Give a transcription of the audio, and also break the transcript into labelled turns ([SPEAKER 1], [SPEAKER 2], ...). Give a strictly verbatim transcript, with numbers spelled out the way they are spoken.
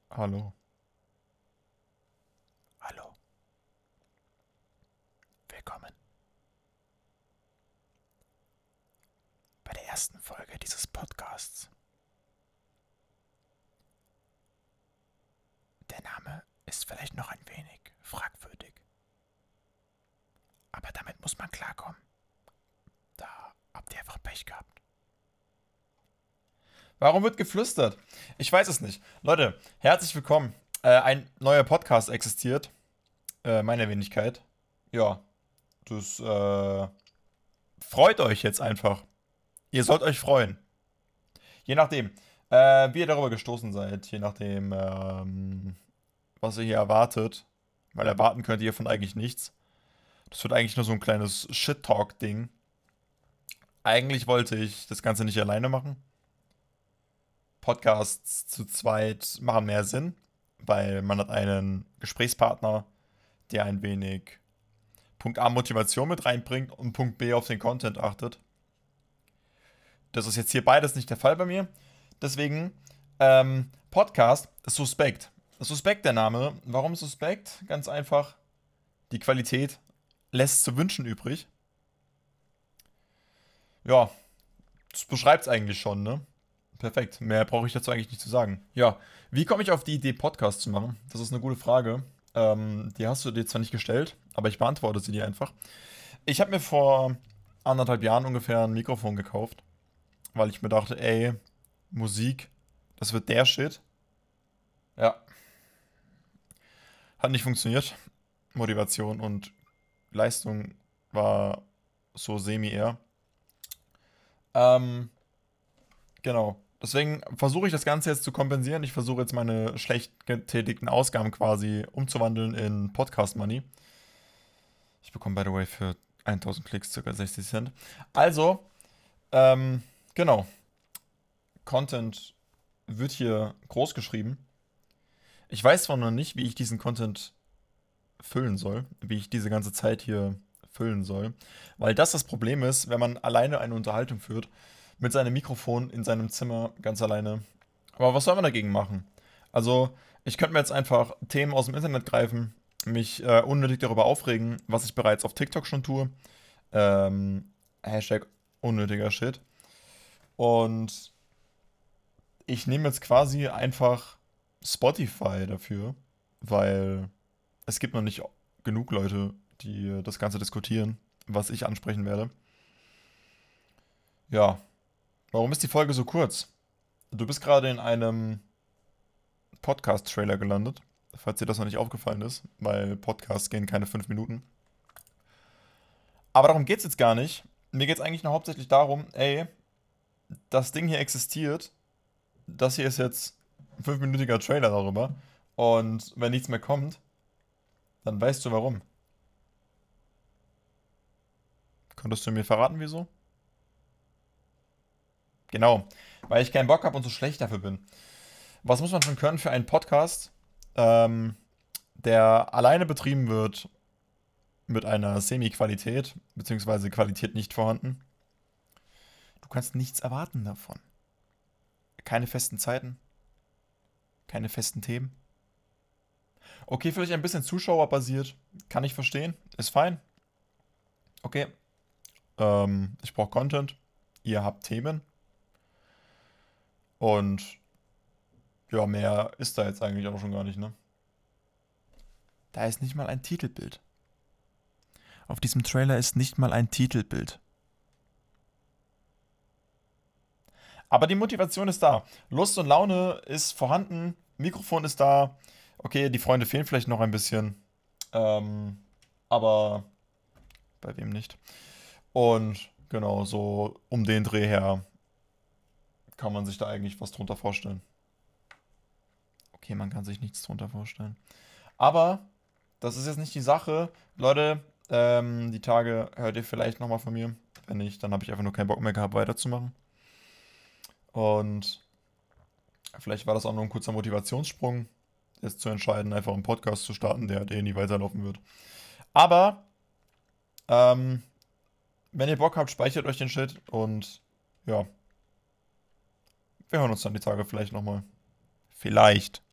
[SPEAKER 1] Hallo. Hallo. Willkommen bei der ersten Folge dieses Podcasts. Der Name ist vielleicht noch ein wenig fragwürdig, aber damit muss man klarkommen. Da habt ihr einfach Pech gehabt. Warum wird geflüstert? Ich weiß es nicht. Leute, herzlich willkommen. Äh, ein neuer Podcast existiert. Äh, meine Wenigkeit. Ja, das äh, freut euch jetzt einfach. Ihr sollt euch freuen. Je nachdem, äh, wie ihr darüber gestoßen seid, je nachdem, ähm, was ihr hier erwartet. Weil erwarten könnt ihr von eigentlich nichts. Das wird eigentlich nur so ein kleines Shit-Talk-Ding. Eigentlich wollte ich das Ganze nicht alleine machen. Podcasts zu zweit machen mehr Sinn, weil man hat einen Gesprächspartner, der ein wenig Punkt A Motivation mit reinbringt und Punkt B auf den Content achtet. Das ist jetzt hier beides nicht der Fall bei mir. Deswegen, ähm, Podcast ist suspekt. Suspekt der Name. Warum suspekt? Ganz einfach. Die Qualität lässt zu wünschen übrig. Ja, das beschreibt es eigentlich schon, ne? Perfekt. Mehr brauche ich dazu eigentlich nicht zu sagen. Ja, wie komme ich auf die Idee, Podcast zu machen? Das ist eine gute Frage. Ähm, die hast du dir zwar nicht gestellt, aber ich beantworte sie dir einfach. Ich habe mir vor anderthalb Jahren ungefähr ein Mikrofon gekauft, weil ich mir dachte, ey, Musik, das wird der Shit. Ja, hat nicht funktioniert. Motivation und Leistung war so semi eher. Ähm, genau. Deswegen versuche ich das Ganze jetzt zu kompensieren. Ich versuche jetzt meine schlecht getätigten Ausgaben quasi umzuwandeln in Podcast Money. Ich bekomme, by the way, für tausend Klicks ca. sechzig Cent. Also, ähm, genau. Content wird hier groß geschrieben. Ich weiß zwar noch nicht, wie ich diesen Content füllen soll, wie ich diese ganze Zeit hier füllen soll, weil das das Problem ist, wenn man alleine eine Unterhaltung führt, mit seinem Mikrofon in seinem Zimmer ganz alleine. Aber was soll man dagegen machen? Also, ich könnte mir jetzt einfach Themen aus dem Internet greifen, mich äh, unnötig darüber aufregen, was ich bereits auf TikTok schon tue. Ähm, Hashtag unnötiger Shit. Und ich nehme jetzt quasi einfach Spotify dafür, weil es gibt noch nicht genug Leute, die das Ganze diskutieren, was ich ansprechen werde. Ja, warum ist die Folge so kurz? Du bist gerade in einem Podcast-Trailer gelandet, falls dir das noch nicht aufgefallen ist, weil Podcasts gehen keine fünf Minuten. Aber darum geht es jetzt gar nicht. Mir geht es eigentlich nur hauptsächlich darum, ey, das Ding hier existiert. Das hier ist jetzt ein fünfminütiger Trailer darüber. Und wenn nichts mehr kommt, dann weißt du warum. Könntest du mir verraten, wieso? Genau, weil ich keinen Bock habe und so schlecht dafür bin. Was muss man schon können für einen Podcast, ähm, der alleine betrieben wird mit einer Semi-Qualität, beziehungsweise Qualität nicht vorhanden? Du kannst nichts erwarten davon. Keine festen Zeiten, keine festen Themen. Okay, vielleicht ein bisschen zuschauerbasiert, kann ich verstehen, ist fein. Okay, ähm, ich brauche Content, ihr habt Themen und ja, mehr ist da jetzt eigentlich auch schon gar nicht, ne? Da ist nicht mal ein Titelbild. Auf diesem Trailer ist nicht mal ein Titelbild. Aber die Motivation ist da. Lust und Laune ist vorhanden. Mikrofon ist da. Okay, die Freunde fehlen vielleicht noch ein bisschen. Ähm, aber bei wem nicht? Und genau, so um den Dreh her kann man sich da eigentlich was drunter vorstellen. Okay, man kann sich nichts drunter vorstellen. Aber das ist jetzt nicht die Sache. Leute, ähm, die Tage hört ihr vielleicht nochmal von mir. Wenn nicht, dann habe ich einfach nur keinen Bock mehr gehabt, weiterzumachen. Und vielleicht war das auch nur ein kurzer Motivationssprung, jetzt zu entscheiden, einfach einen Podcast zu starten, der, der nie weiterlaufen wird. Aber, ähm, wenn ihr Bock habt, speichert euch den Shit und ja, wir hören uns dann die Tage vielleicht nochmal. Vielleicht.